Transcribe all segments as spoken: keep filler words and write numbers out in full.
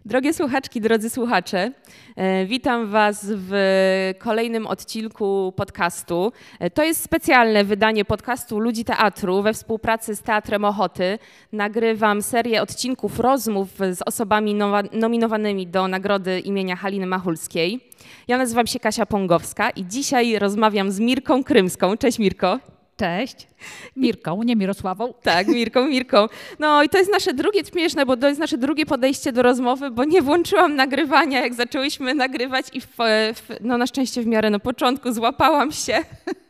Drogie słuchaczki, drodzy słuchacze, witam Was w kolejnym odcinku podcastu. To jest specjalne wydanie podcastu Ludzi Teatru we współpracy z Teatrem Ochoty. Nagrywam serię odcinków rozmów z osobami nominowanymi do nagrody imienia Haliny Machulskiej. Ja nazywam się Kasia Pongowska i dzisiaj rozmawiam z Mirką Krymską. Cześć Mirko. Cześć. Mirką, nie Mirosławą. Tak, Mirką, Mirką. No i to jest nasze drugie, śmieszne, bo to jest nasze drugie podejście do rozmowy, bo nie włączyłam nagrywania, jak zaczęłyśmy nagrywać i w, w, no na szczęście w miarę na początku złapałam się,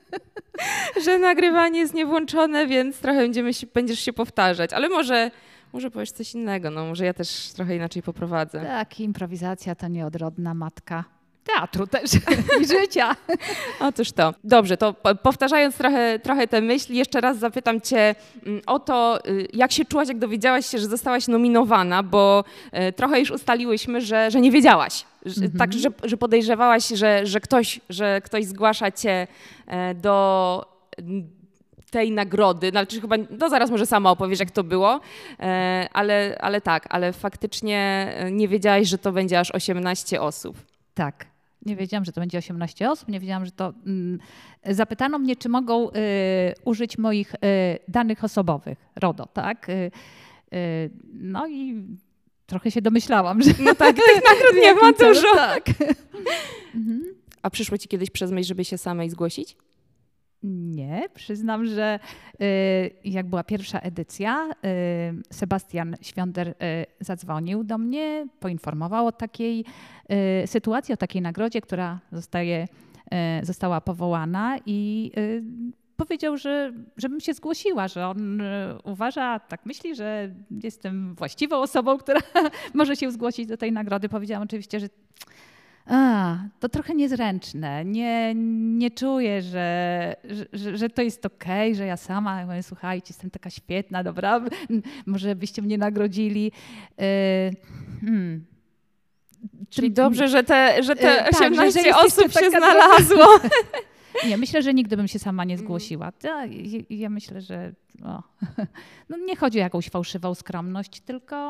że nagrywanie jest niewłączone, więc trochę będziemy się, będziesz się powtarzać, ale może, może powiesz coś innego, no może ja też trochę inaczej poprowadzę. Tak, improwizacja to nieodrodna matka teatru też i życia. Otóż to. Dobrze, to powtarzając trochę, trochę tę myśl, jeszcze raz zapytam Cię o to, jak się czułaś, jak dowiedziałaś się, że zostałaś nominowana, bo trochę już ustaliłyśmy, że, że nie wiedziałaś. Mhm. Tak, że, że podejrzewałaś, że, że, ktoś, że ktoś zgłasza Cię do tej nagrody, znaczy chyba, no zaraz może sama opowiesz, jak to było, ale, ale tak, ale faktycznie nie wiedziałaś, że to będzie aż osiemnaście osób. Tak. Nie wiedziałam, że to będzie osiemnaście osób, nie wiedziałam, że to... Mm, zapytano mnie, czy mogą y, użyć moich y, danych osobowych, RODO, tak? Y, y, no i trochę się domyślałam, że... No tak, tych nagród nie ma dużo. Tak. Mhm. A przyszło ci kiedyś przez myśl, żeby się samej zgłosić? Nie, przyznam, że y, jak była pierwsza edycja, y, Sebastian Świąder y, zadzwonił do mnie, poinformował o takiej y, sytuacji, o takiej nagrodzie, która zostaje, y, została powołana i y, powiedział, że żebym się zgłosiła, że on y, uważa, tak myśli, że jestem właściwą osobą, która może się zgłosić do tej nagrody. Powiedziałam oczywiście, że A, to trochę niezręczne. Nie, nie czuję, że, że, że to jest okej, że ja sama, mówię, słuchajcie, jestem taka świetna, dobra, może byście mnie nagrodzili. Yy, hmm. Czyli dobrze, że te, że te yy, osiemnaście tak, że, że osób się taka znalazło. Nie, myślę, że nigdy bym się sama nie zgłosiła. Ja, ja myślę, że o, no nie chodzi o jakąś fałszywą skromność, tylko...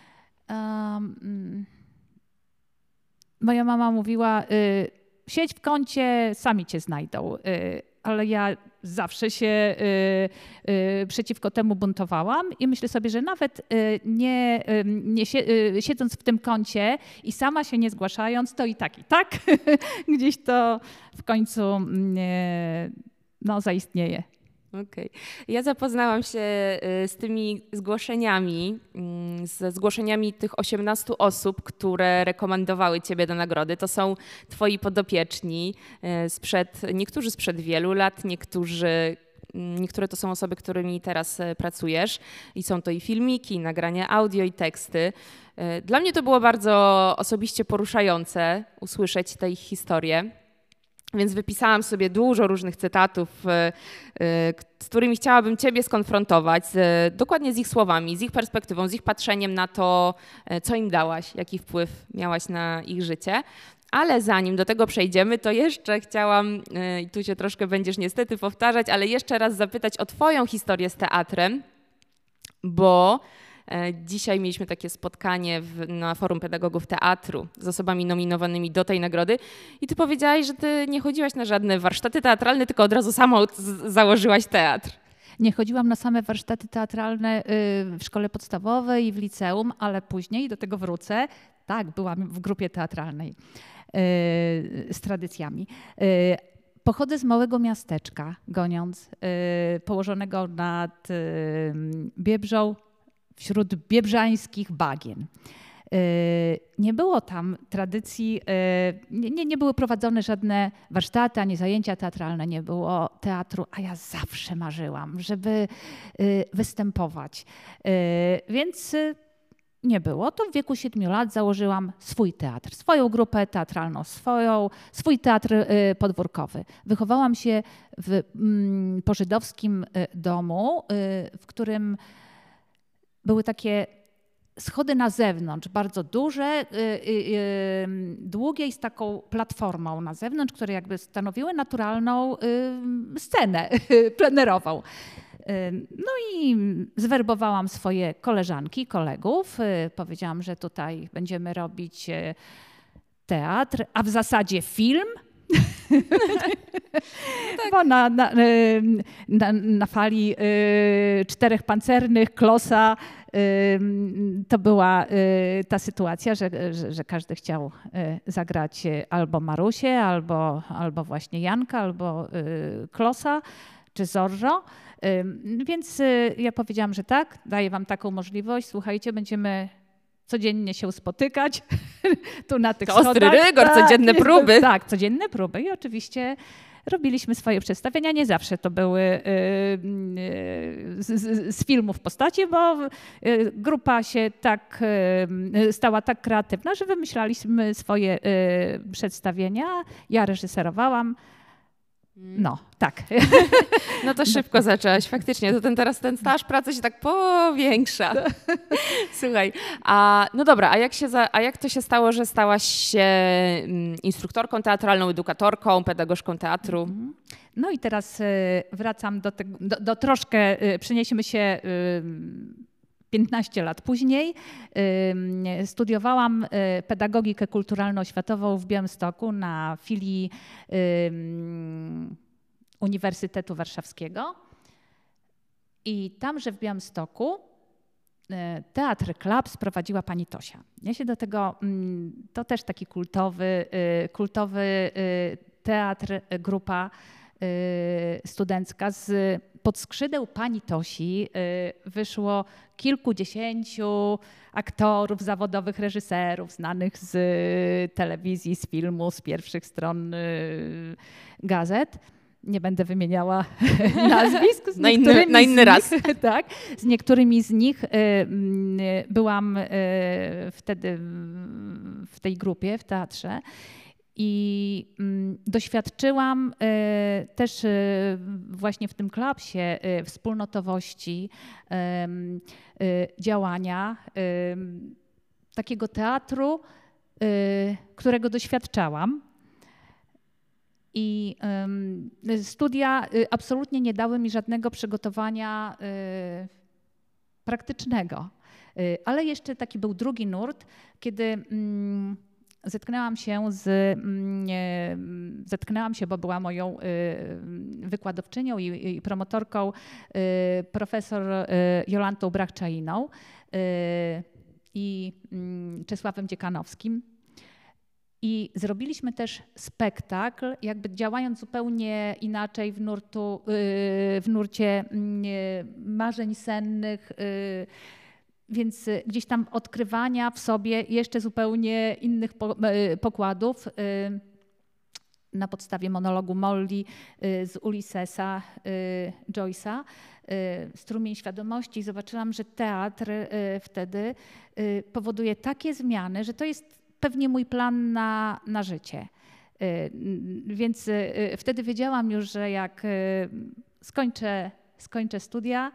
Um, Moja mama mówiła, y, siedź w kącie, sami cię znajdą, y, ale ja zawsze się y, y, przeciwko temu buntowałam i myślę sobie, że nawet y, nie, y, nie si y, siedząc w tym kącie i sama się nie zgłaszając, to i tak, i tak gdzieś to w końcu y, no, zaistnieje. Okej. Okay. Ja zapoznałam się z tymi zgłoszeniami, ze zgłoszeniami tych osiemnastu osób, które rekomendowały Ciebie do nagrody. To są Twoi podopieczni, sprzed, niektórzy sprzed wielu lat, niektórzy, niektóre to są osoby, którymi teraz pracujesz i są to i filmiki, i nagrania audio, i teksty. Dla mnie to było bardzo osobiście poruszające usłyszeć tę ich historię. Więc wypisałam sobie dużo różnych cytatów, z którymi chciałabym Ciebie skonfrontować, z, dokładnie z ich słowami, z ich perspektywą, z ich patrzeniem na to, co im dałaś, jaki wpływ miałaś na ich życie. Ale zanim do tego przejdziemy, to jeszcze chciałam, i tu się troszkę będziesz niestety powtarzać, ale jeszcze raz zapytać o Twoją historię z teatrem, bo dzisiaj mieliśmy takie spotkanie w, na Forum Pedagogów Teatru z osobami nominowanymi do tej nagrody i ty powiedziałaś, że ty nie chodziłaś na żadne warsztaty teatralne, tylko od razu sama założyłaś teatr. Nie chodziłam na same warsztaty teatralne w szkole podstawowej i w liceum, ale później do tego wrócę. Tak, byłam w grupie teatralnej z tradycjami. Pochodzę z małego miasteczka, Goniądz, położonego nad Biebrzą, wśród biebrzańskich bagien. Nie było tam tradycji, nie, nie były prowadzone żadne warsztaty, ani zajęcia teatralne, nie było teatru, a ja zawsze marzyłam, żeby występować. Więc nie było. To w wieku siedmiu lat założyłam swój teatr, swoją grupę teatralną, swoją, swój teatr podwórkowy. Wychowałam się w pożydowskim domu, w którym były takie schody na zewnątrz, bardzo duże, yy, yy, długie i z taką platformą na zewnątrz, które jakby stanowiły naturalną yy, scenę plenerową. Yy, No i zwerbowałam swoje koleżanki, kolegów. Powiedziałam, że tutaj będziemy robić teatr, a w zasadzie film. Tak. Bo na, na, na, na fali czterech pancernych, Klosa, to była ta sytuacja, że, że, że każdy chciał zagrać albo Marusię, albo, albo właśnie Janka, albo Klosa, czy Zorro. Więc ja powiedziałam, że tak, daję wam taką możliwość, słuchajcie, będziemy codziennie się spotykać tu na tych to schodach. Ostry rygor, tak, codzienne próby. Tak, codzienne próby i oczywiście robiliśmy swoje przedstawienia. Nie zawsze to były y, y, z, z filmów postaci, bo y, grupa się tak y, stała tak kreatywna, że wymyślaliśmy swoje y, przedstawienia. Ja reżyserowałam. No, tak. No to szybko zaczęłaś, faktycznie. To ten teraz ten staż pracy się tak powiększa. Słuchaj, a no dobra, a jak, się za, a jak to się stało, że stałaś się instruktorką teatralną, edukatorką, pedagogzką teatru? No i teraz wracam do, te, do, do troszkę, przeniesiemy się piętnaście lat później. Studiowałam pedagogikę kulturalno-oświatową w Białymstoku na filii Uniwersytetu Warszawskiego. I tamże w Białymstoku Teatr Klap sprowadziła pani Tosia. Ja się do tego, to też taki kultowy, kultowy teatr, grupa studencka. Z pod skrzydeł pani Tosi wyszło kilkudziesięciu aktorów, zawodowych reżyserów, znanych z telewizji, z filmu, z pierwszych stron gazet. Nie będę wymieniała nazwisk. Z na, inny, na inny raz. Nich, tak, z niektórymi z nich byłam wtedy w tej grupie, w teatrze. I doświadczyłam też właśnie w tym klapsie wspólnotowości, działania, takiego teatru, którego doświadczałam. I studia absolutnie nie dały mi żadnego przygotowania praktycznego. Ale jeszcze taki był drugi nurt, kiedy zetknęłam się z, zetknęłam się, bo była moją wykładowczynią i, i promotorką, profesor Jolantą Brachczainą i Czesławem Dziekanowskim. I zrobiliśmy też spektakl, jakby działając zupełnie inaczej w, nurtu, w nurcie marzeń sennych, więc gdzieś tam odkrywania w sobie jeszcze zupełnie innych pokładów na podstawie monologu Molly z Ulyssesa, Joyce'a, Strumień świadomości. Zobaczyłam, że teatr wtedy powoduje takie zmiany, że to jest pewnie mój plan na, na życie. Więc wtedy wiedziałam już, że jak skończę, skończę studia,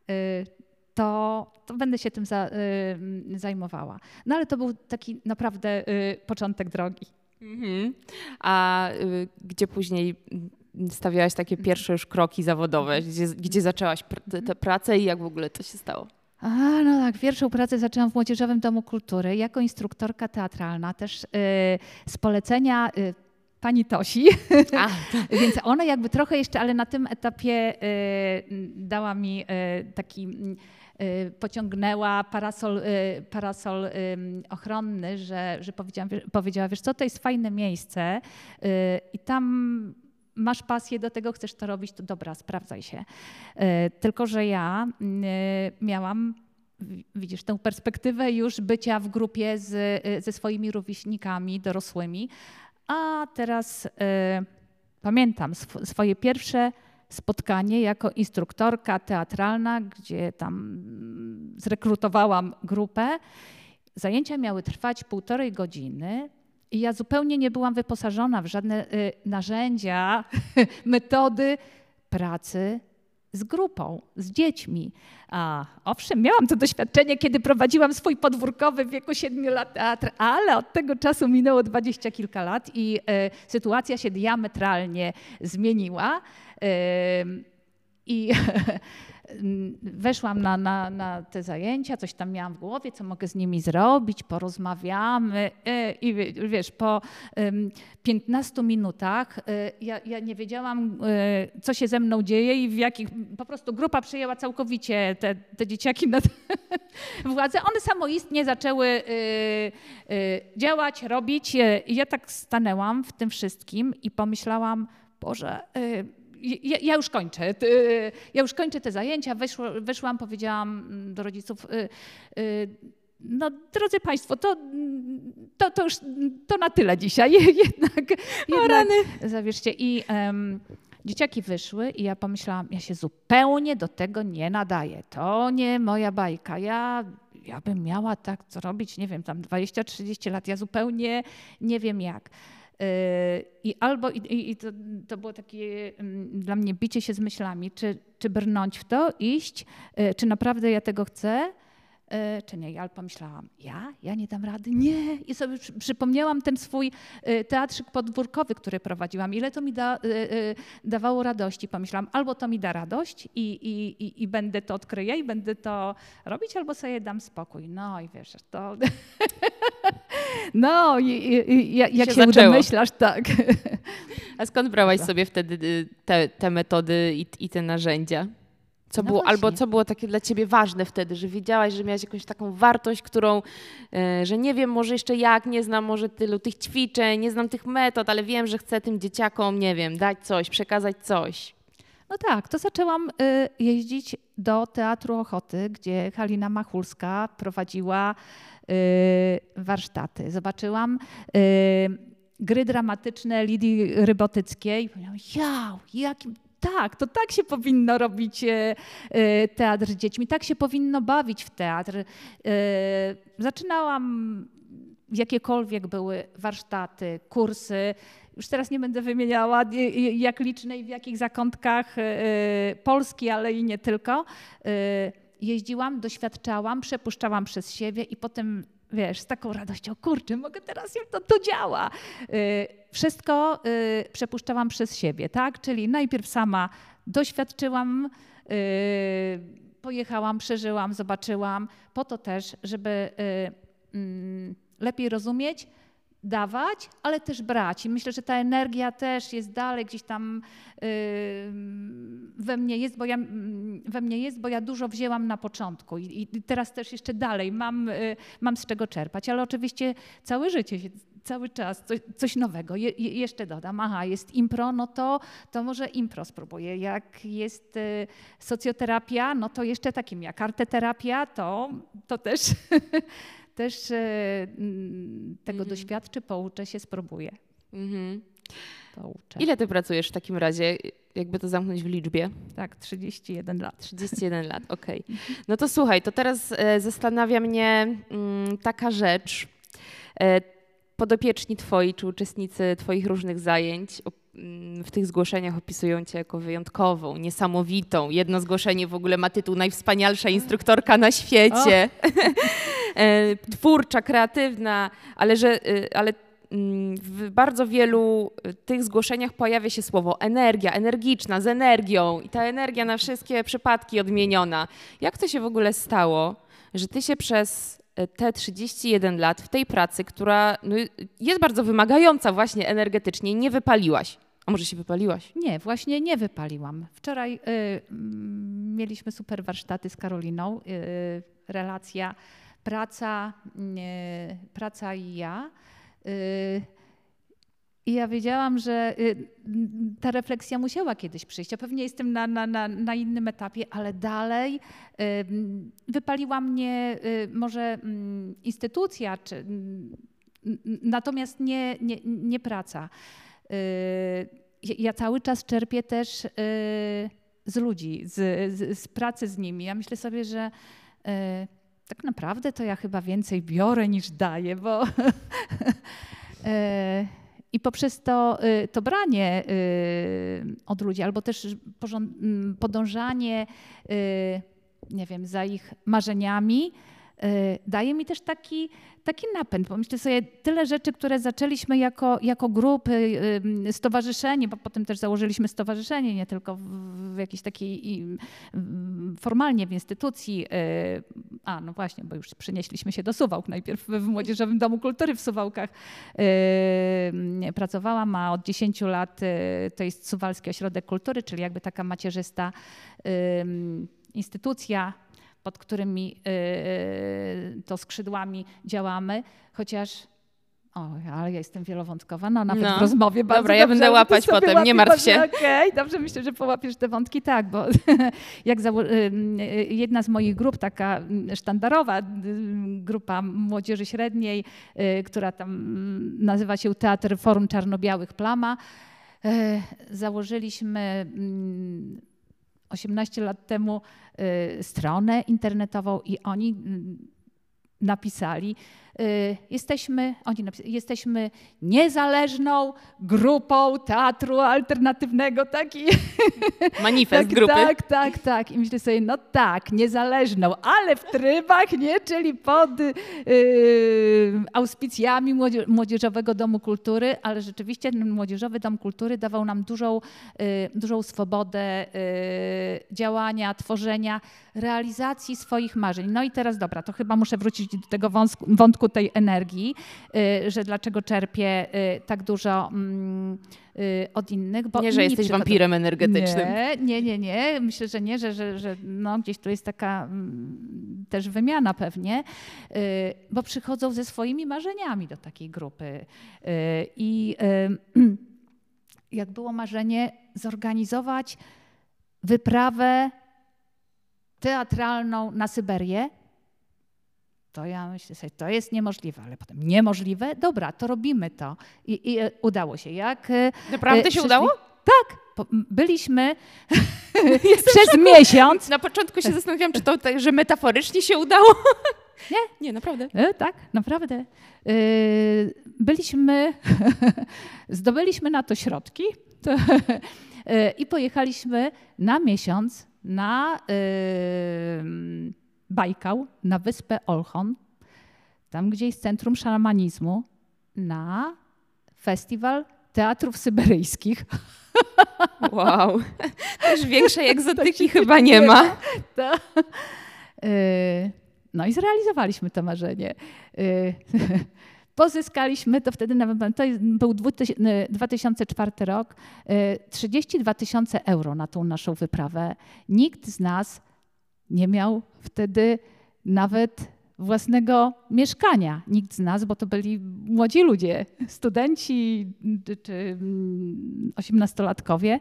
to, to będę się tym za, zajmowała. No ale to był taki naprawdę początek drogi. Mhm. A gdzie później stawiałaś takie pierwsze już kroki zawodowe? Gdzie, gdzie zaczęłaś pr- tę pracę i jak w ogóle to się stało? A, no tak, pierwszą pracę zaczęłam w Młodzieżowym Domu Kultury jako instruktorka teatralna, też y, z polecenia y, pani Tosi. A, więc ona jakby trochę jeszcze, ale na tym etapie y, dała mi y, taki, y, pociągnęła parasol, y, parasol y, ochronny, że, że powiedziała, powiedziała, wiesz co, to jest fajne miejsce y, i tam masz pasję do tego, chcesz to robić, to dobra, sprawdzaj się. Tylko że ja miałam, widzisz, tę perspektywę już bycia w grupie z, ze swoimi rówieśnikami dorosłymi, a teraz y, pamiętam sw- swoje pierwsze spotkanie jako instruktorka teatralna, gdzie tam zrekrutowałam grupę. Zajęcia miały trwać półtorej godziny. I ja zupełnie nie byłam wyposażona w żadne y, narzędzia, metody pracy z grupą, z dziećmi. A, owszem, miałam to doświadczenie, kiedy prowadziłam swój podwórkowy w wieku siedmiu lat teatr, ale od tego czasu minęło dwadzieścia kilka lat i y, sytuacja się diametralnie zmieniła. Y, I weszłam na, na, na te zajęcia, coś tam miałam w głowie, co mogę z nimi zrobić, porozmawiamy i wiesz, po piętnastu minutach ja, ja nie wiedziałam, co się ze mną dzieje i w jakich, po prostu grupa przejęła całkowicie te, te dzieciaki na władzę. One samoistnie zaczęły działać, robić i ja tak stanęłam w tym wszystkim i pomyślałam, Boże, Ja, ja już kończę. Ja już kończę te zajęcia. Wyszło, wyszłam, powiedziałam do rodziców, no drodzy Państwo, to, to, to już to na tyle dzisiaj. Jednak, jednak zawierzcie. I um, dzieciaki wyszły i ja pomyślałam, ja się zupełnie do tego nie nadaję. To nie moja bajka. Ja, ja bym miała tak co robić, nie wiem, tam dwadzieścia trzydzieści lat. Ja zupełnie nie wiem jak. I albo i, i to, to było takie dla mnie bicie się z myślami, czy, czy brnąć w to, iść, czy naprawdę ja tego chcę, czy nie. Ja pomyślałam, ja? Ja nie dam rady? Nie. I sobie przypomniałam ten swój teatrzyk podwórkowy, który prowadziłam. Ile to mi da, dawało radości. Pomyślałam, albo to mi da radość i, i, i, i będę to odkryję i będę to robić, albo sobie dam spokój. No i wiesz, to... No, i, i, jak się, się domyślasz, tak. A skąd brałaś sobie wtedy te, te metody i, i te narzędzia? Co no było, albo co było takie dla ciebie ważne wtedy, że wiedziałaś, że miałaś jakąś taką wartość, którą, że nie wiem może jeszcze jak, nie znam może tylu tych ćwiczeń, nie znam tych metod, ale wiem, że chcę tym dzieciakom, nie wiem, dać coś, przekazać coś. No tak, to zaczęłam jeździć do Teatru Ochoty, gdzie Halina Machulska prowadziła warsztaty. Zobaczyłam gry dramatyczne Lidii Rybotyckiej i powiedziałam, ja, jakim, tak, to tak się powinno robić teatr z dziećmi, tak się powinno bawić w teatr. Zaczynałam, jakiekolwiek były warsztaty, kursy, już teraz nie będę wymieniała jak liczne i w jakich zakątkach Polski, ale i nie tylko. Jeździłam, doświadczałam, przepuszczałam przez siebie i potem, wiesz, z taką radością, kurczę, mogę teraz, jak to, to działa. Wszystko przepuszczałam przez siebie, tak? Czyli najpierw sama doświadczyłam, pojechałam, przeżyłam, zobaczyłam, po to też, żeby lepiej rozumieć, dawać, ale też brać. I myślę, że ta energia też jest dalej gdzieś tam yy, we mnie jest, bo ja, we mnie jest, bo ja dużo wzięłam na początku i, i teraz też jeszcze dalej mam, yy, mam z czego czerpać, ale oczywiście całe życie, cały czas coś, coś nowego. Je, je, jeszcze dodam, aha, jest impro, no to, to może impro spróbuję. Jak jest yy, socjoterapia, no to jeszcze takim jak arteterapia, to, to też... Też e, tego mm-hmm. doświadczy, pouczę się, spróbuję. Mm-hmm. Pouczę. Ile ty pracujesz w takim razie, jakby to zamknąć w liczbie? Tak, trzydzieści jeden lat. trzydzieści jeden lat, okej. Okay. No to słuchaj, to teraz e, zastanawia mnie mm, taka rzecz. E, podopieczni twoi, czy uczestnicy twoich różnych zajęć o, mm, w tych zgłoszeniach opisują cię jako wyjątkową, niesamowitą. Jedno zgłoszenie w ogóle ma tytuł Najwspanialsza instruktorka na świecie. Twórcza, kreatywna, ale, że, ale w bardzo wielu tych zgłoszeniach pojawia się słowo energia, energiczna, z energią i ta energia na wszystkie przypadki odmieniona. Jak to się w ogóle stało, że ty się przez te trzydzieści jeden lat w tej pracy, która no, jest bardzo wymagająca właśnie energetycznie, nie wypaliłaś? A może się wypaliłaś? Nie, właśnie nie wypaliłam. Wczoraj y, mieliśmy super warsztaty z Karoliną, y, relacja praca, y, praca i ja. Y, I ja wiedziałam, że ta refleksja musiała kiedyś przyjść. Ja pewnie jestem na, na, na, na innym etapie, ale dalej wypaliła mnie może instytucja, czy, natomiast nie, nie, nie praca. Ja cały czas czerpię też z ludzi, z, z, z pracy z nimi. Ja myślę sobie, że tak naprawdę to ja chyba więcej biorę niż daję, bo i poprzez to, to branie od ludzi, albo też podążanie, nie wiem, za ich marzeniami, daje mi też taki, taki napęd, bo myślę sobie, tyle rzeczy, które zaczęliśmy jako, jako grupy, stowarzyszenie, bo potem też założyliśmy stowarzyszenie, nie tylko w, w jakiejś takiej formalnie w instytucji, a no właśnie, bo już przenieśliśmy się do Suwałk, najpierw w Młodzieżowym Domu Kultury w Suwałkach pracowałam, a od dziesięciu lat to jest Suwalski Ośrodek Kultury, czyli jakby taka macierzysta instytucja, pod którymi yy, to skrzydłami działamy, chociaż o, ale ja jestem wielowątkowa, no nawet no. w rozmowie bardzo Dobra, dobrze, ja będę łapać potem, łapię, nie martw się. Okej, okay, dobrze, myślę, że połapiesz te wątki, tak, bo jak jedna z moich grup, taka sztandarowa grupa młodzieży średniej, która tam nazywa się Teatr Forum Czarno-Białych Plama, założyliśmy osiemnaście lat temu y, stronę internetową i oni y, napisali, y, jesteśmy, oni napisali, jesteśmy niezależną grupą teatru alternatywnego, taki manifest tak, grupy. Tak, tak, tak. I myślę sobie, no tak, niezależną, ale w trybach, nie, czyli pod y, auspicjami Młodzieżowego Domu Kultury, ale rzeczywiście ten Młodzieżowy Dom Kultury dawał nam dużą, y, dużą swobodę y, działania, tworzenia, realizacji swoich marzeń. No i teraz dobra, to chyba muszę wrócić do tego wąsku, wątku tej energii, y, że dlaczego czerpię y, tak dużo y, od innych. Bo nie, że jesteś przychodzą... wampirem energetycznym. Nie, nie, nie, nie. Myślę, że nie, że, że, że no, gdzieś tu jest taka mm, też wymiana pewnie, y, bo przychodzą ze swoimi marzeniami do takiej grupy. Y, I y, jak było marzenie zorganizować wyprawę teatralną na Syberię, to ja myślę sobie, to jest niemożliwe, ale potem niemożliwe, dobra, to robimy to. I, i udało się. Jak naprawdę się przyszli... udało? Tak, byliśmy przez miesiąc. Na początku się zastanawiałam, czy to tak, że metaforycznie się udało. Nie, nie, naprawdę. E, tak, naprawdę. E, byliśmy, zdobyliśmy na to środki to, e, i pojechaliśmy na miesiąc na e, Bajkał, na wyspę Olchon, tam gdzie jest centrum szamanizmu, na festiwal teatrów syberyjskich. Wow, też większej egzotyki chyba nie ma. To, no i zrealizowaliśmy to marzenie. Pozyskaliśmy, to wtedy nawet, to był dwa tysiące czwarty rok, trzydzieści dwa tysiące euro na tą naszą wyprawę. Nikt z nas nie miał wtedy nawet własnego mieszkania. Nikt z nas, bo to byli młodzi ludzie, studenci czy osiemnastolatkowie.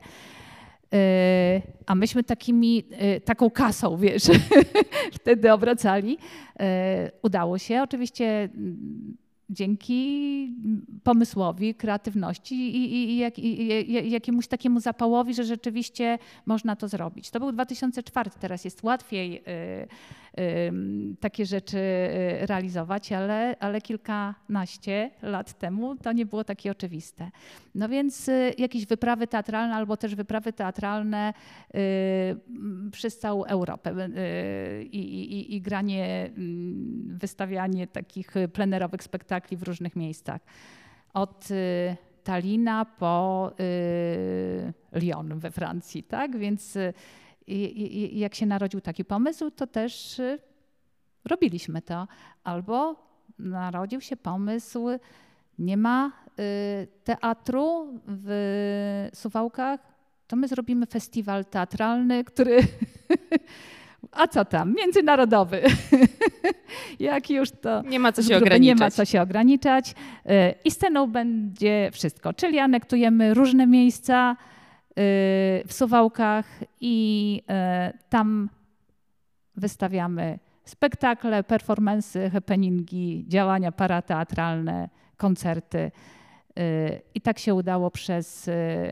A myśmy takimi, taką kasą, wiesz, wtedy obracali. Udało się. Oczywiście dzięki pomysłowi, kreatywności i, i, i, i, i jakiemuś takiemu zapałowi, że rzeczywiście można to zrobić. To był dwa tysiące czwarty, teraz jest łatwiej y, y, takie rzeczy realizować, ale, ale kilkanaście lat temu to nie było takie oczywiste. No więc y, jakieś wyprawy teatralne albo też wyprawy teatralne y, przez całą Europę y, i, i, i granie, y, wystawianie takich plenerowych spektakli w różnych miejscach. Od y, Talina po y, Lyon we Francji, tak? Więc y, y, jak się narodził taki pomysł, to też y, robiliśmy to. Albo narodził się pomysł, nie ma y, teatru w Suwałkach, to my zrobimy festiwal teatralny, który... A co tam? Międzynarodowy. Jak już to... Nie ma co się ograniczać. Nie ma co się ograniczać. I sceną będzie wszystko. Czyli anektujemy różne miejsca w Suwałkach i tam wystawiamy spektakle, performance'y, happeningi, działania parateatralne, koncerty. I tak się udało przez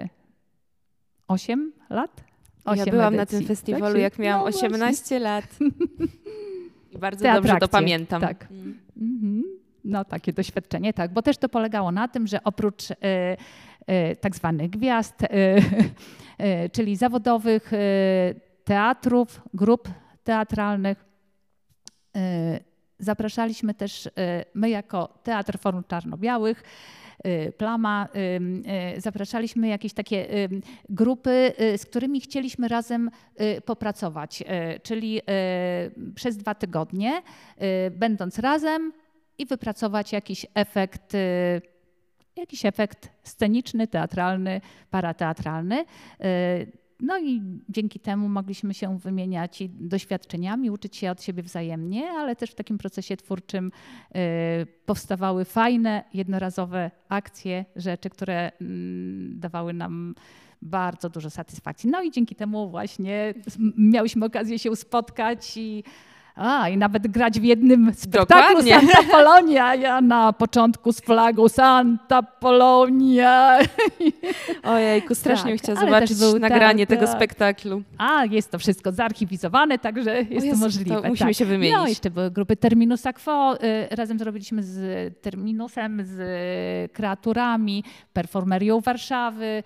osiem lat. Ja byłam edycji. na tym festiwalu, tak, jak miałam no osiemnaście lat. I bardzo Te dobrze atrakcje, to pamiętam. Tak. Mm. No takie doświadczenie, tak. Bo też to polegało na tym, że oprócz y, y, tak zwanych gwiazd, y, y, czyli zawodowych y, teatrów, grup teatralnych, y, Zapraszaliśmy też, my jako Teatr Form Czarno-Białych, Plama, zapraszaliśmy jakieś takie grupy, z którymi chcieliśmy razem popracować, czyli przez dwa tygodnie, będąc razem i wypracować jakiś efekt, jakiś efekt sceniczny, teatralny, parateatralny. No i dzięki temu mogliśmy się wymieniać i doświadczeniami, uczyć się od siebie wzajemnie, ale też w takim procesie twórczym powstawały fajne, jednorazowe akcje, rzeczy, które dawały nam bardzo dużo satysfakcji. No i dzięki temu właśnie miałyśmy okazję się spotkać i A, i nawet grać w jednym spektaklu Dokładnie. Santa Polonia. Ja na początku z flagą Santa Polonia. Ojejku, strasznie bym Tak, chciała ale zobaczyć też był nagranie tak, tego tak. spektaklu. A, jest to wszystko zarchiwizowane, także jest Jezu, to możliwe. to musimy tak. się wymienić. No, jeszcze były grupy Terminus Quo. Razem zrobiliśmy z Terminusem, z kreaturami, Performerią Warszawy.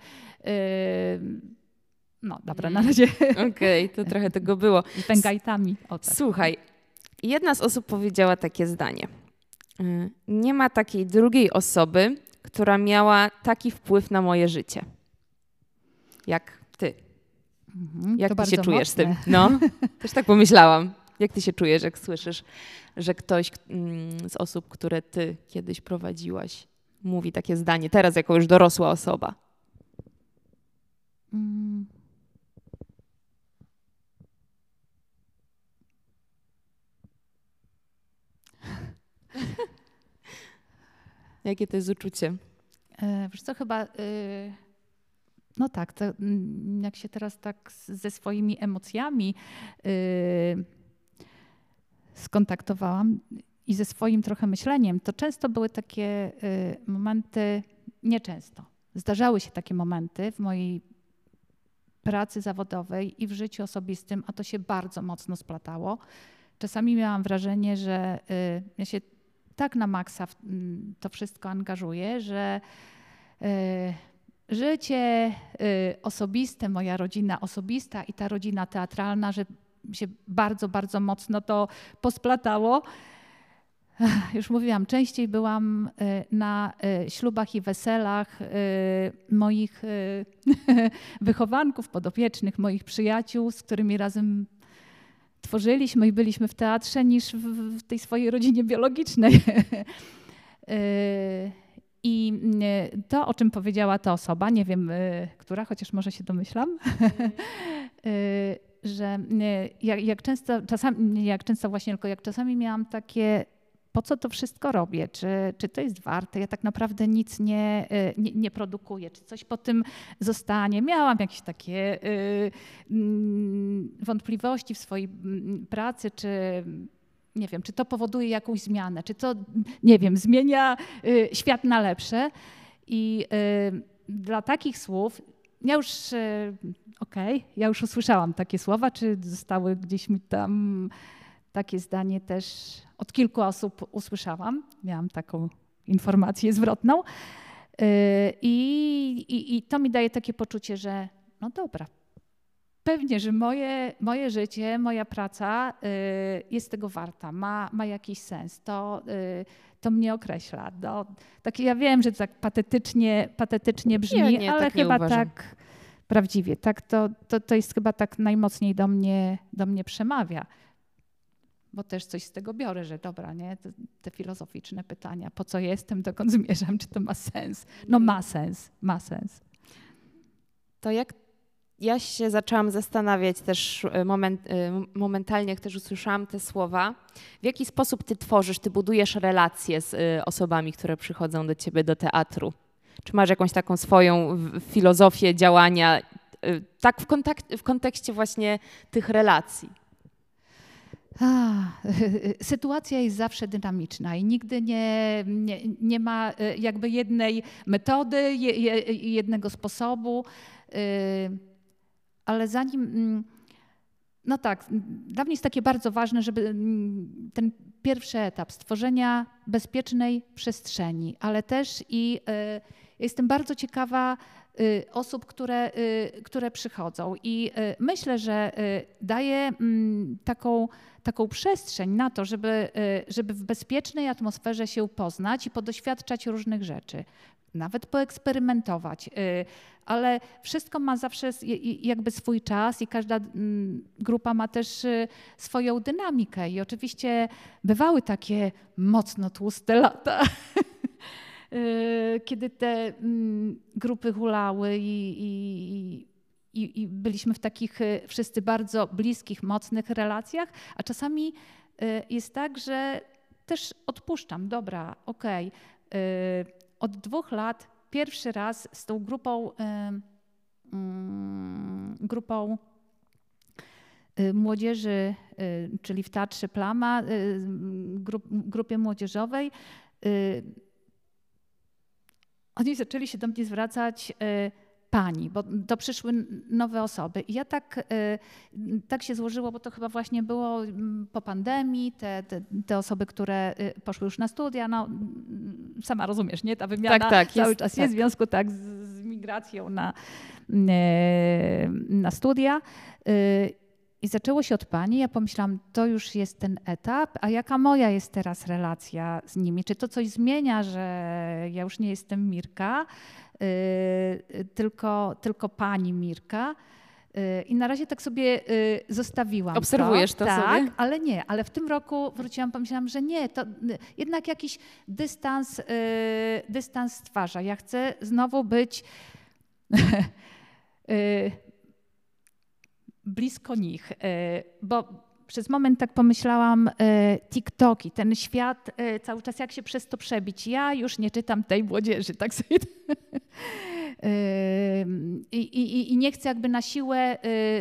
No dobra, na razie Okej, okay, to trochę tego było. z pęgajtami. O, tak. Słuchaj, jedna z osób powiedziała takie zdanie. Nie ma takiej drugiej osoby, która miała taki wpływ na moje życie, jak ty. Mhm, jak to ty się czujesz mocne. z tym? No, też tak pomyślałam. Jak ty się czujesz, jak słyszysz, że ktoś z osób, które ty kiedyś prowadziłaś, mówi takie zdanie, teraz jako już dorosła osoba? Mm. Jakie to jest uczucie? E, wiesz co, chyba, y, no tak, to, mm, jak się teraz tak z- ze swoimi emocjami y, skontaktowałam i ze swoim trochę myśleniem, to często były takie y, momenty, nieczęsto, zdarzały się takie momenty w mojej pracy zawodowej i w życiu osobistym, a to się bardzo mocno splatało. Czasami miałam wrażenie, że y, ja się tak na maksa w mm, to wszystko angażuję, że y, życie y, osobiste, moja rodzina osobista i ta rodzina teatralna, że się bardzo, bardzo mocno to posplatało. Ech, Już mówiłam, częściej byłam y, na y, ślubach i weselach y, moich y, wychowanków, podopiecznych, moich przyjaciół, z którymi razem tworzyliśmy i byliśmy w teatrze, niż w, w tej swojej rodzinie biologicznej. Y, I y, to, o czym powiedziała ta osoba, nie wiem, y, która, chociaż może się domyślam, y, że y, jak, jak często, czasami, nie jak często właśnie, tylko jak czasami miałam takie, po co to wszystko robię, czy, czy to jest warte, ja tak naprawdę nic nie, y, nie, nie produkuję, czy coś po tym zostanie. Miałam jakieś takie y, mm, wątpliwości w swojej mm, pracy, czy nie wiem, czy to powoduje jakąś zmianę, czy to, nie wiem, zmienia y, świat na lepsze. I y, dla takich słów, ja już, y, okej, okay, ja już usłyszałam takie słowa, czy zostały gdzieś mi tam takie zdanie też od kilku osób usłyszałam. Miałam taką informację zwrotną. Y, i, i to mi daje takie poczucie, że no dobra, pewnie, że moje, moje życie, moja praca y, jest tego warta, ma, ma jakiś sens, to, y, to mnie określa. No, tak, ja wiem, że to tak patetycznie, patetycznie brzmi, Nie, nie, ale tak nie chyba uważam. tak prawdziwie. Tak, to, to, to jest chyba tak najmocniej do mnie, do mnie przemawia. Bo też coś z tego biorę, że dobra, nie? Te, te filozoficzne pytania, po co jestem, dokąd zmierzam, czy to ma sens? No ma sens, ma sens. To jak ja się zaczęłam zastanawiać też moment, momentalnie, jak też usłyszałam te słowa, w jaki sposób ty tworzysz, ty budujesz relacje z osobami, które przychodzą do ciebie do teatru? Czy masz jakąś taką swoją filozofię działania, tak w, kontakt, w kontekście właśnie tych relacji? A, sytuacja jest zawsze dynamiczna i nigdy nie, nie, nie ma jakby jednej metody, je, je, jednego sposobu, ale zanim, no tak, dla mnie jest takie bardzo ważne, żeby ten pierwszy etap stworzenia bezpiecznej przestrzeni, ale też i jestem bardzo ciekawa osób, które, które przychodzą. I myślę, że daje taką, taką przestrzeń na to, żeby, żeby w bezpiecznej atmosferze się poznać i podoświadczać różnych rzeczy. Nawet poeksperymentować, ale wszystko ma zawsze jakby swój czas i każda grupa ma też swoją dynamikę. I oczywiście bywały takie mocno tłuste lata, kiedy te grupy hulały i, i, i, i byliśmy w takich wszyscy bardzo bliskich, mocnych relacjach, a czasami jest tak, że też odpuszczam, dobra, okej, okay. Od dwóch lat pierwszy raz z tą grupą, grupą młodzieży, czyli w Teatrze Plama, grupie młodzieżowej, oni zaczęli się do mnie zwracać pani, bo to przyszły nowe osoby. I ja tak, tak się złożyło, bo to chyba właśnie było po pandemii, te, te, te osoby, które poszły już na studia, no sama rozumiesz, nie? Ta wymiana tak, tak, cały jest, czas tak. jest w związku tak z, z migracją na, na studia. I zaczęło się od pani, ja pomyślałam, to już jest ten etap, a jaka moja jest teraz relacja z nimi? Czy to coś zmienia, że ja już nie jestem Mirka, yy, tylko, tylko pani Mirka? Yy, I na razie tak sobie yy, zostawiłam Obserwujesz to, to tak, sobie? ale nie, ale w tym roku wróciłam, pomyślałam, że nie, to yy, jednak jakiś dystans, yy, dystans stwarza. Ja chcę znowu być... yy, blisko nich, bo przez moment tak pomyślałam, TikToki, ten świat, cały czas jak się przez to przebić. Ja już nie czytam tej młodzieży, tak sobie... I, i, I nie chcę jakby na siłę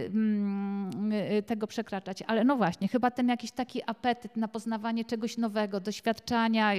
tego przekraczać, ale no właśnie, chyba ten jakiś taki apetyt na poznawanie czegoś nowego, doświadczania,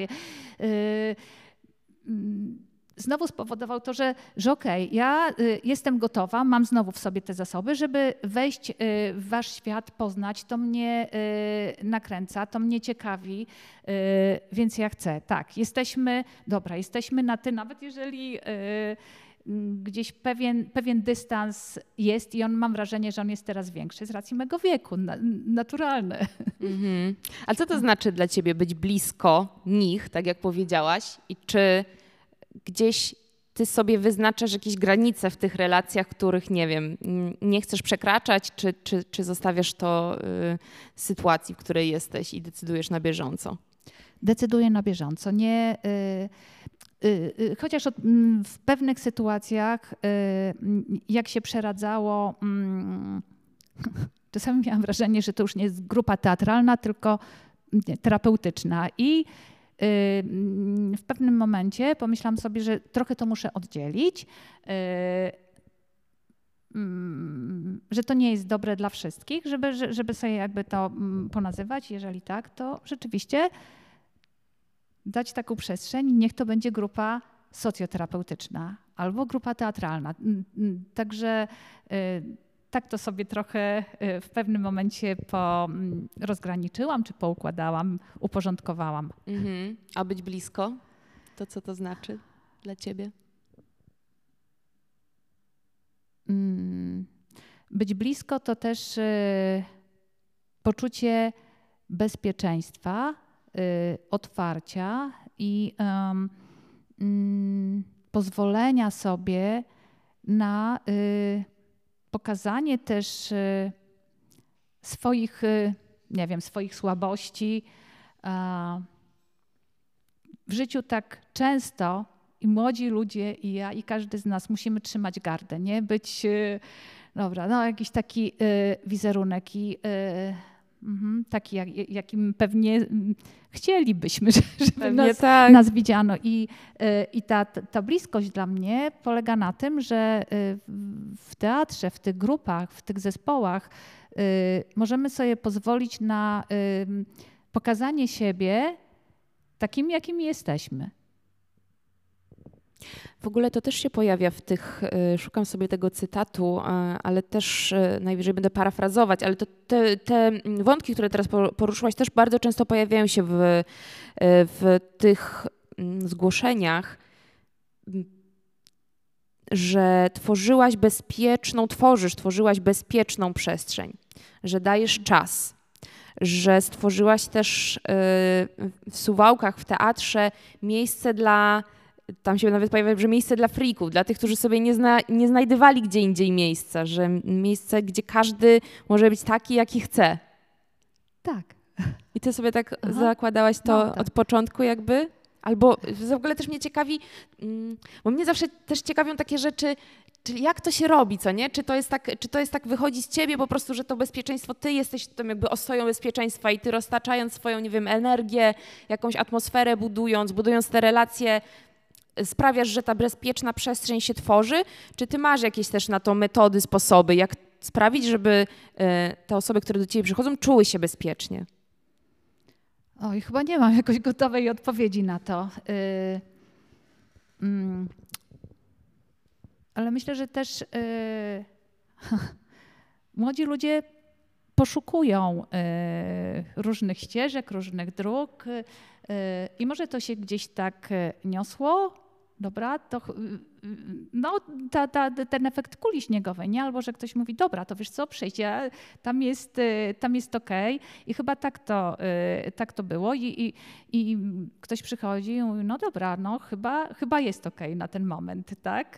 znowu spowodował to, że, że okej, okay, ja y, jestem gotowa, mam znowu w sobie te zasoby, żeby wejść y, w wasz świat, poznać, to mnie y, nakręca, to mnie ciekawi, y, więc ja chcę. Tak, jesteśmy, dobra, jesteśmy na ty, nawet jeżeli y, gdzieś pewien, pewien dystans jest i on, mam wrażenie, że on jest teraz większy z racji mego wieku, na, naturalne. Mhm. A co to znaczy dla ciebie być blisko nich, tak jak powiedziałaś, i czy gdzieś ty sobie wyznaczasz jakieś granice w tych relacjach, których, nie wiem, nie chcesz przekraczać, czy, czy, czy zostawiasz to y, sytuacji, w której jesteś i decydujesz na bieżąco? Decyduję na bieżąco. Nie, y, y, y, chociaż od, m, w pewnych sytuacjach, y, jak się przeradzało, mm, czasami miałam wrażenie, że to już nie jest grupa teatralna, tylko nie, terapeutyczna. I w pewnym momencie pomyślałam sobie, że trochę to muszę oddzielić, że to nie jest dobre dla wszystkich, żeby, żeby sobie jakby to ponazywać. Jeżeli tak, to rzeczywiście dać taką przestrzeń, niech to będzie grupa socjoterapeutyczna albo grupa teatralna. Także tak to sobie trochę w pewnym momencie po, rozgraniczyłam, czy poukładałam, uporządkowałam. Mhm. A być blisko? To co to znaczy dla ciebie? Być blisko to też y, poczucie bezpieczeństwa, y, otwarcia i y, y, pozwolenia sobie na y, pokazanie też y, swoich, y, nie wiem, swoich słabości. A w życiu tak często i młodzi ludzie, i ja, i każdy z nas musimy trzymać gardę, nie? Być, y, dobra, no jakiś taki y, wizerunek i y, mhm, taki, jak, jakim pewnie y, chcielibyśmy, żeby nas, tak. nas widziano. I, y, i ta, ta bliskość dla mnie polega na tym, że y, w teatrze, w tych grupach, w tych zespołach y, możemy sobie pozwolić na y, pokazanie siebie takim, jakimi jesteśmy. W ogóle to też się pojawia w tych, szukam sobie tego cytatu, ale też najwyżej będę parafrazować, ale to te, te wątki, które teraz poruszyłaś, też bardzo często pojawiają się w, w tych zgłoszeniach. że tworzyłaś bezpieczną, tworzysz, tworzyłaś bezpieczną przestrzeń, że dajesz czas, że stworzyłaś też w Suwałkach, w teatrze miejsce dla, tam się nawet pojawia, że miejsce dla freaków, dla tych, którzy sobie nie, zna, nie znajdywali gdzie indziej miejsca, że miejsce, gdzie każdy może być taki, jaki chce. Tak. I ty sobie tak Aha. zakładałaś to no, tak. od początku jakby? Albo w ogóle też mnie ciekawi, bo mnie zawsze też ciekawią takie rzeczy, czyli jak to się robi, co nie? Czy to jest tak, czy to jest tak wychodzi z ciebie po prostu, że to bezpieczeństwo, ty jesteś tam jakby ostoją bezpieczeństwa i ty roztaczając swoją, nie wiem, energię, jakąś atmosferę budując, budując te relacje, sprawiasz, że ta bezpieczna przestrzeń się tworzy? Czy ty masz jakieś też na to metody, sposoby, jak sprawić, żeby te osoby, które do ciebie przychodzą, czuły się bezpiecznie? Oj, chyba nie mam jakoś gotowej odpowiedzi na to. Yy, mm, ale myślę, że też yy, młodzi ludzie poszukują yy, różnych ścieżek, różnych dróg yy, i może to się gdzieś tak niosło, dobra, to no, ta, ta, ten efekt kuli śniegowej, nie? Albo że ktoś mówi, dobra, to wiesz co, przyjdź, ja, tam jest, tam jest okej. Okay. I chyba tak to, tak to było i, i, i ktoś przychodzi i mówi, no dobra, no chyba, chyba jest okej okay na ten moment, tak?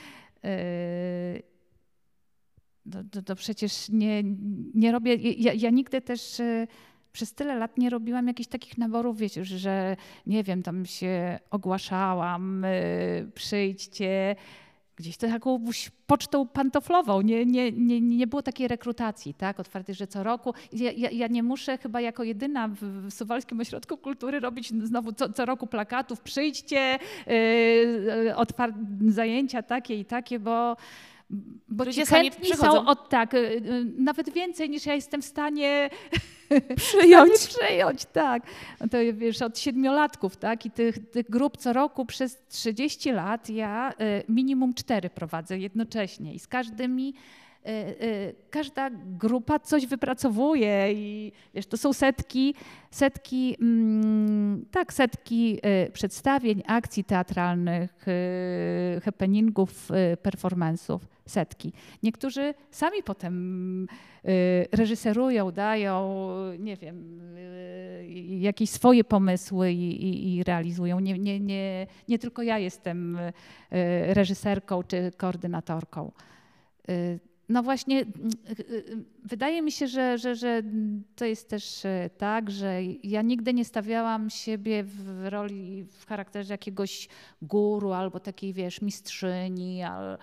To, to, to przecież nie, nie robię, ja, ja nigdy też przez tyle lat nie robiłam jakichś takich naborów, wiecie, że nie wiem, tam się ogłaszałam, yy, przyjdźcie, gdzieś to taką pocztą pantoflową, nie, nie, nie, nie było takiej rekrutacji, tak, otwartej, że co roku. Ja, ja, ja nie muszę chyba jako jedyna w, w Suwalskim Ośrodku Kultury robić znowu co, co roku plakatów, przyjdźcie, yy, otwar- zajęcia takie i takie, bo Bo ludzie ci chętni przychodzą. są od tak, nawet więcej niż ja jestem w stanie przyjąć. w stanie przyjąć, tak. To wiesz, od siedmiolatków, tak, i tych, tych grup co roku przez trzydzieści lat ja minimum cztery prowadzę jednocześnie i z każdymi każda grupa coś wypracowuje i wiesz, to są setki, setki, mm, tak, setki przedstawień, akcji teatralnych, happeningów, performance'ów, setki. Niektórzy sami potem reżyserują, dają, nie wiem, jakieś swoje pomysły i, i, i realizują. Nie, nie, nie, nie tylko ja jestem reżyserką czy koordynatorką. No właśnie, wydaje mi się, że, że, że to jest też tak, że ja nigdy nie stawiałam siebie w roli, w charakterze jakiegoś guru albo takiej, wiesz, mistrzyni. Ale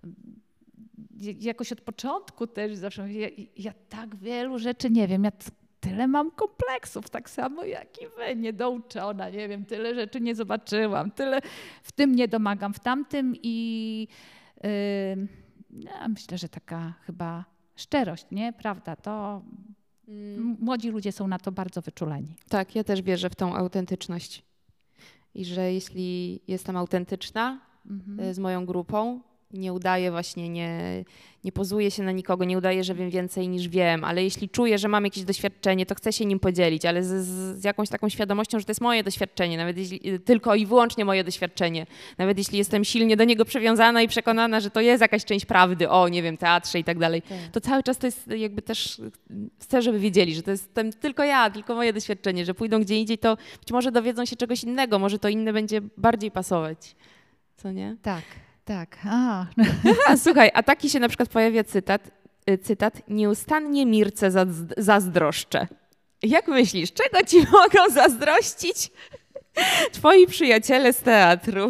jakoś od początku też zawsze mówię, ja, ja tak wielu rzeczy nie wiem, ja tyle mam kompleksów, tak samo jak i wy, niedouczona, nie wiem, tyle rzeczy nie zobaczyłam, tyle w tym nie domagam, w tamtym i... Yy, Ja myślę, że taka chyba szczerość, nie? Prawda, to mm. młodzi ludzie są na to bardzo wyczuleni. Tak, ja też wierzę w tą autentyczność. I że jeśli jestem autentyczna mm-hmm. z moją grupą, nie udaję właśnie, nie, nie pozuję się na nikogo, nie udaję, że wiem więcej niż wiem, ale jeśli czuję, że mam jakieś doświadczenie, to chcę się nim podzielić, ale z, z jakąś taką świadomością, że to jest moje doświadczenie, nawet jeśli, tylko i wyłącznie moje doświadczenie. Nawet jeśli jestem silnie do niego przywiązana i przekonana, że to jest jakaś część prawdy, o nie wiem, teatrze i tak dalej, to cały czas to jest jakby też, chcę, żeby wiedzieli, że to jest tylko ja, tylko moje doświadczenie, że pójdą gdzie indziej, to być może dowiedzą się czegoś innego, może to inne będzie bardziej pasować, co nie? Tak. Tak. A. A, słuchaj, a taki się na przykład pojawia cytat, cytat nieustannie Mirce zazdroszczę. Jak myślisz, czego ci mogą zazdrościć twoi przyjaciele z teatru?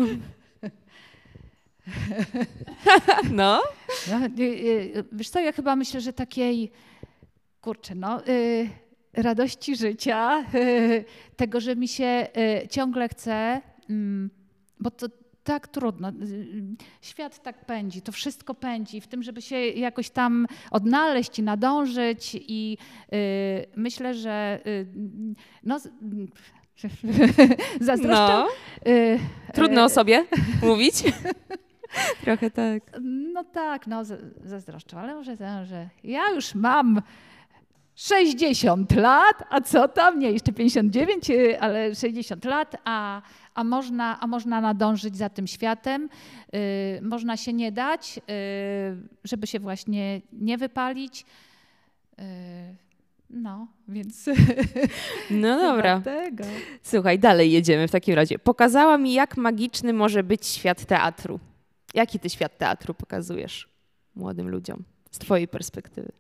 No? no? Wiesz co, ja chyba myślę, że takiej, kurczę, no, y, radości życia, y, tego, że mi się y, ciągle chce, y, bo to tak trudno. Świat tak pędzi, to wszystko pędzi w tym, żeby się jakoś tam odnaleźć i nadążyć i yy, myślę, że yy, no zazdroszczę. No. Yy, Trudno o sobie mówić. Trochę tak. No tak, no zazdroszczę, ale może to, że ja już mam sześćdziesiąt lat, a co tam? Nie, jeszcze pięćdziesiąt dziewięć, ale sześćdziesiąt lat, a, a, można, a można nadążyć za tym światem. Yy, można się nie dać, yy, żeby się właśnie nie wypalić. Yy, no, więc... No dobra. Tego. Słuchaj, dalej jedziemy w takim razie. Pokazała mi, jak magiczny może być świat teatru. Jaki ty świat teatru pokazujesz młodym ludziom z twojej perspektywy?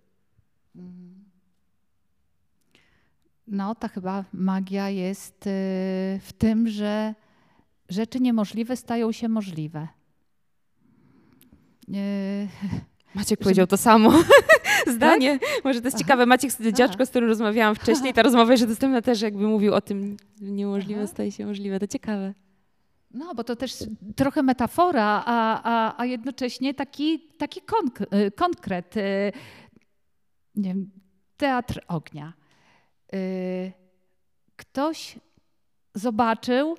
No, ta chyba magia jest w tym, że rzeczy niemożliwe stają się możliwe. Maciek powiedział to samo zdanie. Tak? Może to jest Aha. ciekawe. Maciek, dziaczko, z którym rozmawiałam wcześniej, ta rozmowa jeszcze dostępna też, jakby mówił o tym, niemożliwe Aha. staje się możliwe. To ciekawe. No, bo to też trochę metafora, a, a, a jednocześnie taki, taki konk- konkret. Nie wiem, teatr ognia. Ktoś zobaczył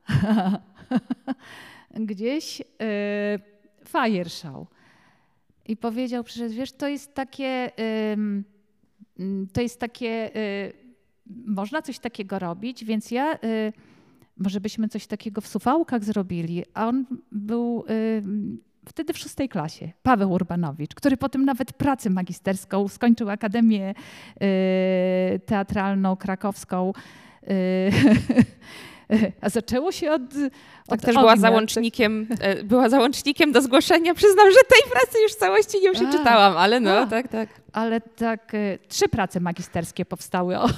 gdzieś fire show i powiedział, przecież wiesz, to jest takie, to jest takie, można coś takiego robić, więc ja, może byśmy coś takiego w Suwałkach zrobili, a on był wtedy w szóstej klasie, Paweł Urbanowicz, który potem nawet pracę magisterską skończył Akademię Teatralną Krakowską. A zaczęło się od... Tak, od też była załącznikiem, była załącznikiem do zgłoszenia. Przyznam, że tej pracy już w całości nie przeczytałam, ale no, a, tak, tak. Ale tak, trzy prace magisterskie powstały o...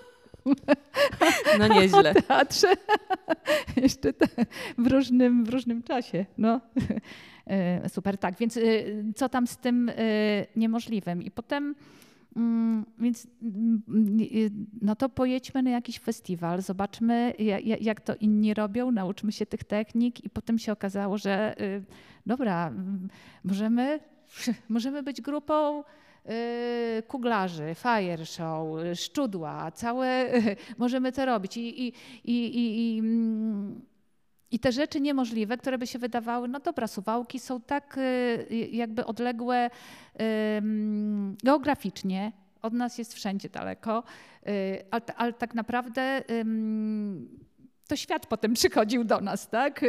No nieźle. O teatrze. Jeszcze te, w, różnym, w różnym czasie. No. Super, tak. Więc co tam z tym niemożliwym? I potem więc no to pojedźmy na jakiś festiwal, zobaczmy jak to inni robią, nauczmy się tych technik i potem się okazało, że dobra, możemy, możemy być grupą kuglarzy, fire show, szczudła, całe, możemy to robić i, i, i, i, i te rzeczy niemożliwe, które by się wydawały, no dobra, Suwałki są tak jakby odległe geograficznie, od nas jest wszędzie daleko, ale, ale tak naprawdę to świat potem przychodził do nas, tak?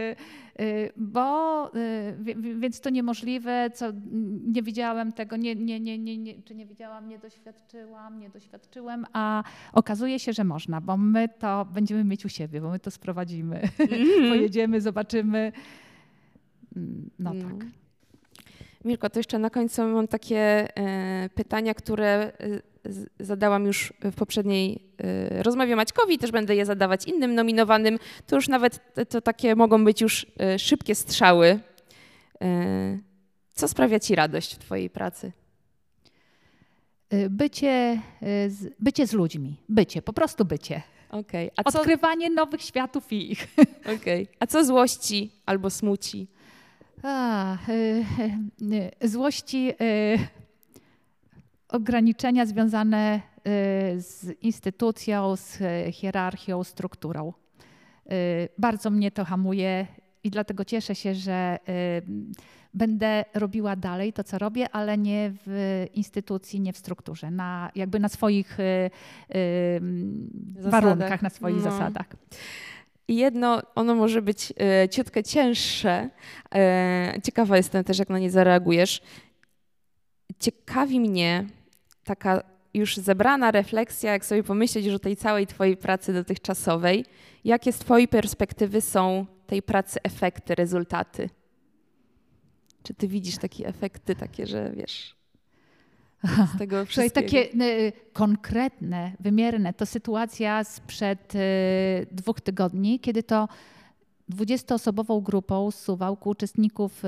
Bo, więc to niemożliwe, co nie widziałem tego, nie, nie, nie, nie, nie, czy nie widziałam, nie doświadczyłam, nie doświadczyłem, a okazuje się, że można, bo my to będziemy mieć u siebie, bo my to sprowadzimy, mm. pojedziemy, zobaczymy. No mm. tak. Mirko, to jeszcze na końcu mam takie e, pytania, które z, zadałam już w poprzedniej e, rozmowie Maćkowi, też będę je zadawać innym nominowanym. To już nawet to takie mogą być już e, szybkie strzały. E, co sprawia ci radość w twojej pracy? Bycie z, bycie z ludźmi. Bycie, po prostu bycie. Okay. A co... Odkrywanie nowych światów i ich. Okay. A co złości albo smuci? A, y, y, złości, y, ograniczenia związane y, z instytucją, z hierarchią, strukturą. Y, bardzo mnie to hamuje i dlatego cieszę się, że y, będę robiła dalej to, co robię, ale nie w instytucji, nie w strukturze, na, jakby na swoich y, y, warunkach, na swoich no. zasadach. I jedno, ono może być e, ciutkę cięższe. E, ciekawa jestem też, jak na nie zareagujesz. Ciekawi mnie taka już zebrana refleksja, jak sobie pomyśleć już o tej całej twojej pracy dotychczasowej. Jakie z twojej perspektywy są tej pracy efekty, rezultaty? Czy ty widzisz takie efekty, takie, że wiesz... Z tego Słuchaj, takie y, konkretne, wymierne, to sytuacja sprzed y, dwóch tygodni, kiedy to dwudziestoosobową grupą z Suwałku uczestników y,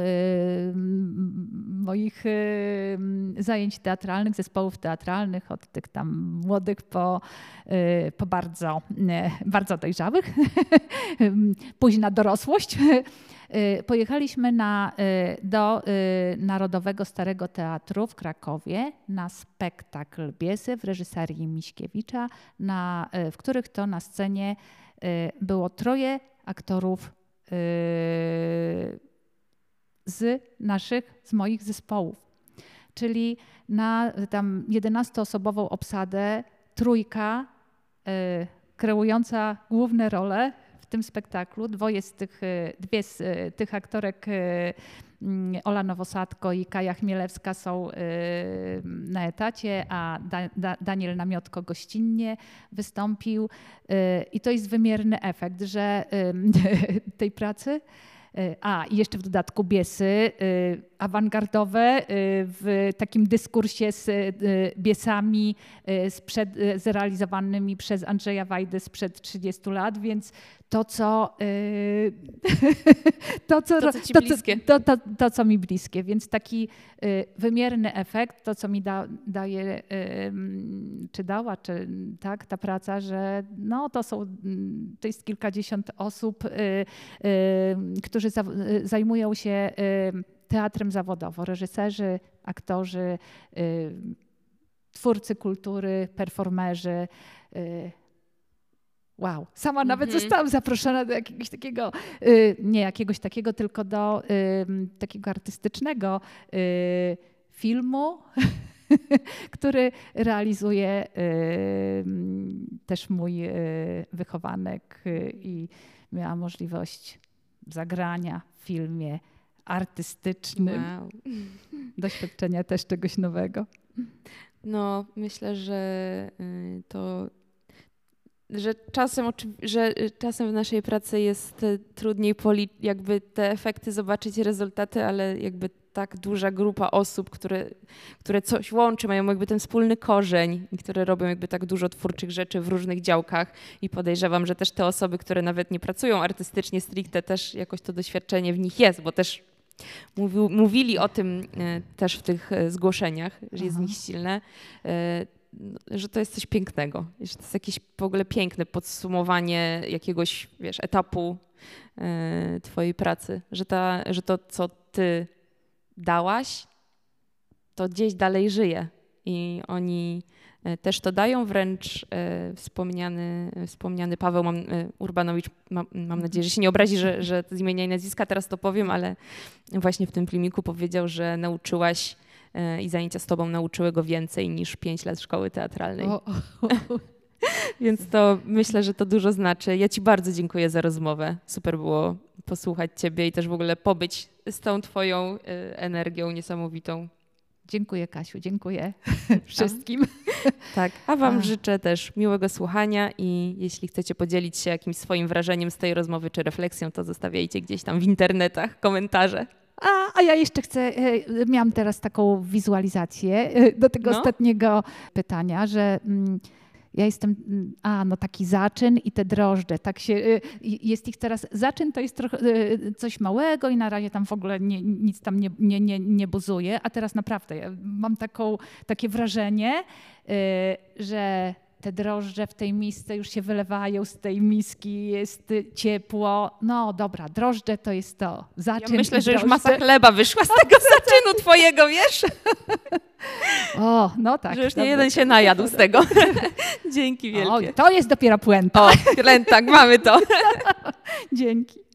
moich y, zajęć teatralnych, zespołów teatralnych, od tych tam młodych po, y, po bardzo, y, bardzo dojrzałych, późna dorosłość. Pojechaliśmy na, do Narodowego Starego Teatru w Krakowie na spektakl Biesy w reżyserii Miśkiewicza, na, w których to na scenie było troje aktorów z naszych, z moich zespołów. czyli na tam jedenastoosobową obsadę trójka y, kreująca główne role w tym spektaklu. Dwoje z tych, dwie z tych aktorek, Ola Nowosadko i Kaja Chmielewska, są na etacie, a da, da, Daniel Namiotko gościnnie wystąpił. I to jest wymierny efekt, że tej pracy. A, i jeszcze w dodatku biesy awangardowe w takim dyskursie z biesami sprzed, zrealizowanymi przez Andrzeja Wajdę sprzed trzydziestu lat, więc to, co to, co, to, co ci to, bliskie. To, to, to, to, co mi bliskie, więc taki wymierny efekt, to, co mi da, daje, czy dała, czy tak, ta praca, że no, to są, to jest kilkadziesiąt osób, którzy zajmują się teatrem zawodowo, reżyserzy, aktorzy, twórcy kultury, performerzy. Wow, sama nawet mm-hmm. zostałam zaproszona do jakiegoś takiego, nie jakiegoś takiego, tylko do takiego artystycznego filmu, który realizuje też mój wychowanek i miałam możliwość zagrania w filmie artystycznym. Wow. Doświadczenia też czegoś nowego. No, myślę, że to, że czasem, że czasem w naszej pracy jest trudniej poli- jakby te efekty zobaczyć, rezultaty, ale jakby tak duża grupa osób, które, które coś łączy, mają jakby ten wspólny korzeń i które robią jakby tak dużo twórczych rzeczy w różnych działkach i podejrzewam, że też te osoby, które nawet nie pracują artystycznie stricte, też jakoś to doświadczenie w nich jest, bo też mówił, mówili o tym e, też w tych e, zgłoszeniach, że jest w nich silne, e, że to jest coś pięknego, że to jest jakieś w ogóle piękne podsumowanie jakiegoś, wiesz, etapu e, twojej pracy, że, ta, że to, co ty dałaś, to gdzieś dalej żyje i oni też to dają, wręcz e, wspomniany, wspomniany Paweł mam, e, Urbanowicz, mam, mam nadzieję, że się nie obrazi, że, że z imienia i nazwiska teraz to powiem, ale właśnie w tym filmiku powiedział, że nauczyłaś e, i zajęcia z tobą nauczyły go więcej niż pięć lat szkoły teatralnej. O, o, o. Więc to myślę, że to dużo znaczy. Ja ci bardzo dziękuję za rozmowę. Super było posłuchać ciebie i też w ogóle pobyć z tą twoją y, energią niesamowitą. Dziękuję, Kasiu, dziękuję wszystkim. Tak, a wam a. życzę też miłego słuchania i jeśli chcecie podzielić się jakimś swoim wrażeniem z tej rozmowy czy refleksją, to zostawiajcie gdzieś tam w internetach komentarze. A, a ja jeszcze chcę, miałam teraz taką wizualizację do tego no. ostatniego pytania, że... Mm, ja jestem, a no taki zaczyn i te drożdże, tak się, jest ich teraz, zaczyn to jest trochę coś małego i na razie tam w ogóle nie, nic tam nie, nie, nie, nie buzuje, a teraz naprawdę ja mam taką, takie wrażenie, że te drożdże w tej misce już się wylewają z tej miski, jest ciepło. No dobra, drożdże to jest to. Zaczyn ja myślę, że już masa chleba wyszła z tego zaczynu twojego, wiesz? O, no tak. Że już nie dobra. jeden się najadł z tego. Dzięki wielkie. O, to jest dopiero puenta. O, tak, mamy to. Dzięki.